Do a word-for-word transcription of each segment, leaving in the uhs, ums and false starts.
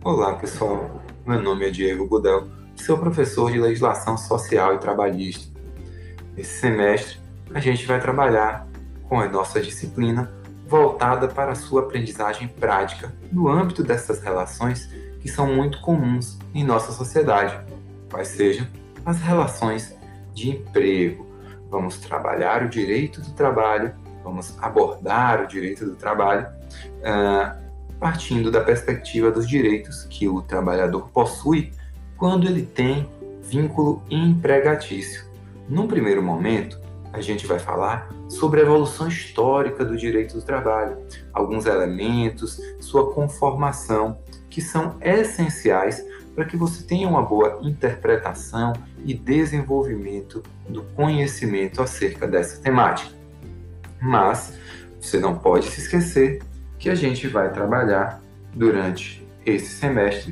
Olá, pessoal. Meu nome é Diego Budel, sou professor de Legislação Social e Trabalhista. Esse semestre, a gente vai trabalhar com a nossa disciplina voltada para a sua aprendizagem prática no âmbito dessas relações que são muito comuns em nossa sociedade, quais sejam as relações de emprego. Vamos trabalhar o direito do trabalho, vamos abordar o direito do trabalho, uh, partindo da perspectiva dos direitos que o trabalhador possui quando ele tem vínculo empregatício. Num primeiro momento, a gente vai falar sobre a evolução histórica do direito do trabalho, alguns elementos, sua conformação, que são essenciais para que você tenha uma boa interpretação e desenvolvimento do conhecimento acerca dessa temática. Mas você não pode se esquecer que a gente vai trabalhar durante esse semestre,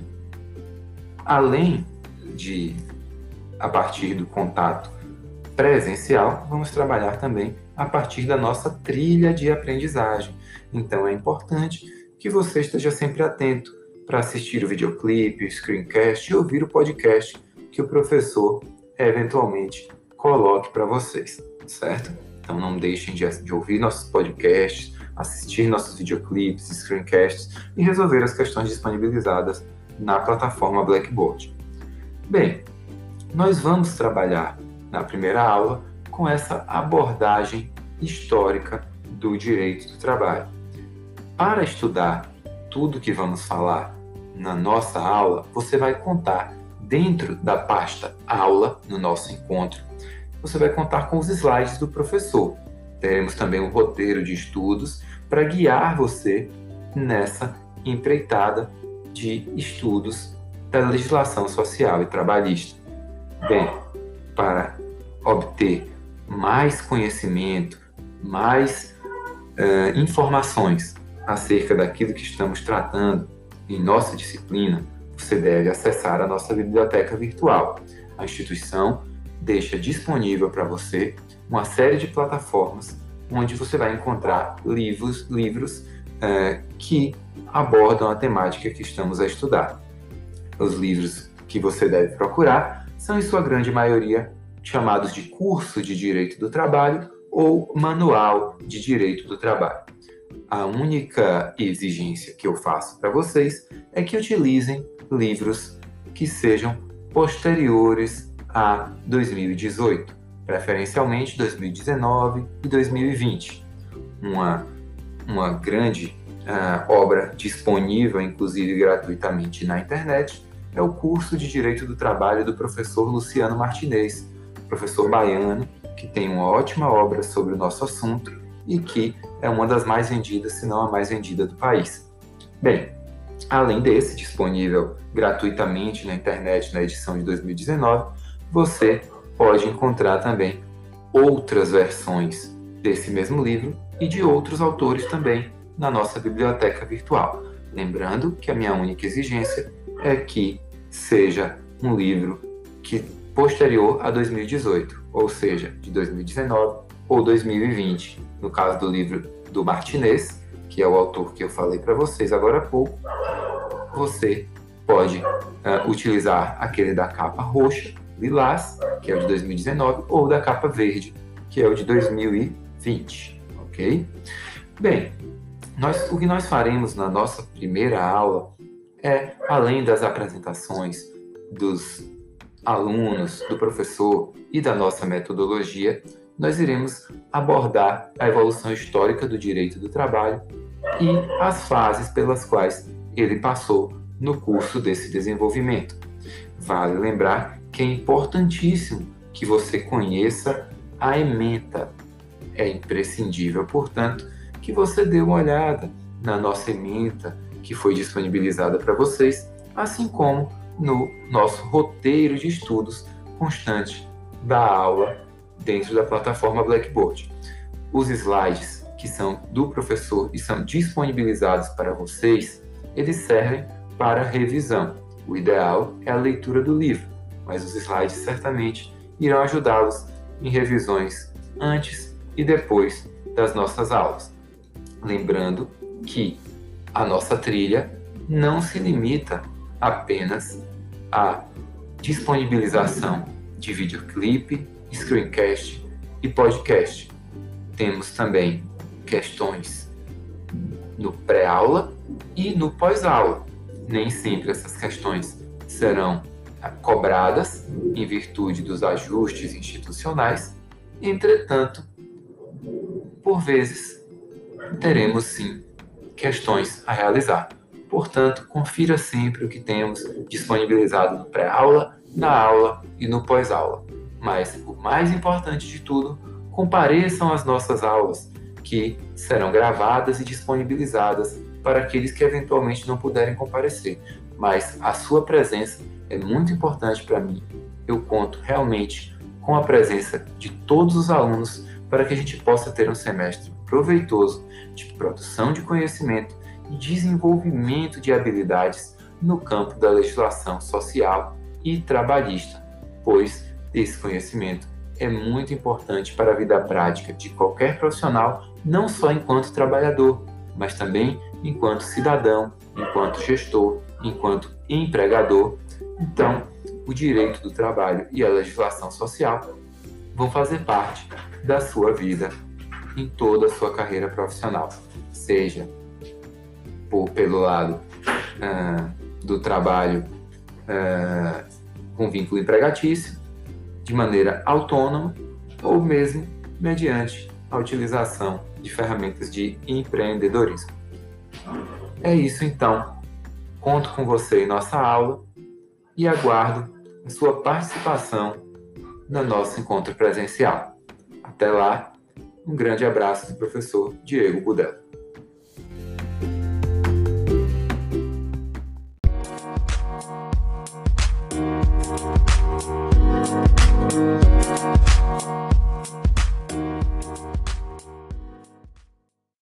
além de, a partir do contato presencial, vamos trabalhar também a partir da nossa trilha de aprendizagem. Então é importante que você esteja sempre atento para assistir o videoclipe, o screencast e ouvir o podcast que o professor eventualmente coloque para vocês, certo? Então não deixem de, de ouvir nossos podcasts, assistir nossos videoclipes, screencasts e resolver as questões disponibilizadas na plataforma Blackboard. Bem, nós vamos trabalhar na primeira aula com essa abordagem histórica do direito do trabalho. Para estudar tudo que vamos falar na nossa aula, você vai contar dentro da pasta aula, no nosso encontro, você vai contar com os slides do professor. Teremos também um roteiro de estudos para guiar você nessa empreitada de estudos da legislação social e trabalhista. Bem, para obter mais conhecimento, mais uh, informações acerca daquilo que estamos tratando em nossa disciplina, você deve acessar a nossa biblioteca virtual. A instituição deixa disponível para você uma série de plataformas onde você vai encontrar livros, livros uh, que abordam a temática que estamos a estudar. Os livros que você deve procurar são, em sua grande maioria, chamados de curso de Direito do Trabalho ou manual de Direito do Trabalho. A única exigência que eu faço para vocês é que utilizem livros que sejam posteriores a dois mil e dezoito, preferencialmente dois mil e dezenove e dois mil e vinte. Uma, uma grande uh, obra disponível, inclusive gratuitamente na internet, é o curso de Direito do Trabalho do professor Luciano Martinez, professor baiano, que tem uma ótima obra sobre o nosso assunto e que é uma das mais vendidas, se não a mais vendida do país. Bem, além desse, disponível gratuitamente na internet na edição de dois mil e dezenove, você pode encontrar também outras versões desse mesmo livro e de outros autores também na nossa biblioteca virtual. Lembrando que a minha única exigência é que seja um livro que posterior a dois mil e dezoito, ou seja, de dois mil e dezenove ou dois mil e vinte. No caso do livro do Martinez, que é o autor que eu falei para vocês agora há pouco, você pode uh, utilizar aquele da capa roxa, lilás, que é o de dois mil e dezenove, ou da capa verde, que é o de dois mil e vinte, ok? Bem, nós, o que nós faremos na nossa primeira aula é, além das apresentações dos alunos, do professor e da nossa metodologia, nós iremos abordar a evolução histórica do direito do trabalho e as fases pelas quais ele passou no curso desse desenvolvimento. Vale lembrar que é importantíssimo que você conheça a ementa. É imprescindível, portanto, que você dê uma olhada na nossa ementa que foi disponibilizada para vocês, assim como no nosso roteiro de estudos constante da aula dentro da plataforma Blackboard. Os slides que são do professor e são disponibilizados para vocês, eles servem para revisão. O ideal é a leitura do livro, mas os slides certamente irão ajudá-los em revisões antes e depois das nossas aulas. Lembrando que a nossa trilha não se limita apenas a disponibilização de videoclipe, screencast e podcast. Temos também questões no pré-aula e no pós-aula. Nem sempre essas questões serão cobradas em virtude dos ajustes institucionais, entretanto, por vezes, teremos sim questões a realizar. Portanto, confira sempre o que temos disponibilizado no pré-aula, na aula e no pós-aula. Mas, o mais importante de tudo, compareçam às nossas aulas, que serão gravadas e disponibilizadas para aqueles que eventualmente não puderem comparecer. Mas a sua presença é muito importante para mim. Eu conto realmente com a presença de todos os alunos para que a gente possa ter um semestre proveitoso de produção de conhecimento e desenvolvimento de habilidades no campo da legislação social e trabalhista, pois esse conhecimento é muito importante para a vida prática de qualquer profissional, não só enquanto trabalhador, mas também enquanto cidadão, enquanto gestor, enquanto empregador. Então, o direito do trabalho e a legislação social vão fazer parte da sua vida em toda a sua carreira profissional, seja por, pelo lado ah, do trabalho ah, com vínculo empregatício, de maneira autônoma ou mesmo mediante a utilização de ferramentas de empreendedorismo. É isso então. Conto com você em nossa aula e aguardo a sua participação no nosso encontro presencial. Até lá, um grande abraço do professor Diego Budel.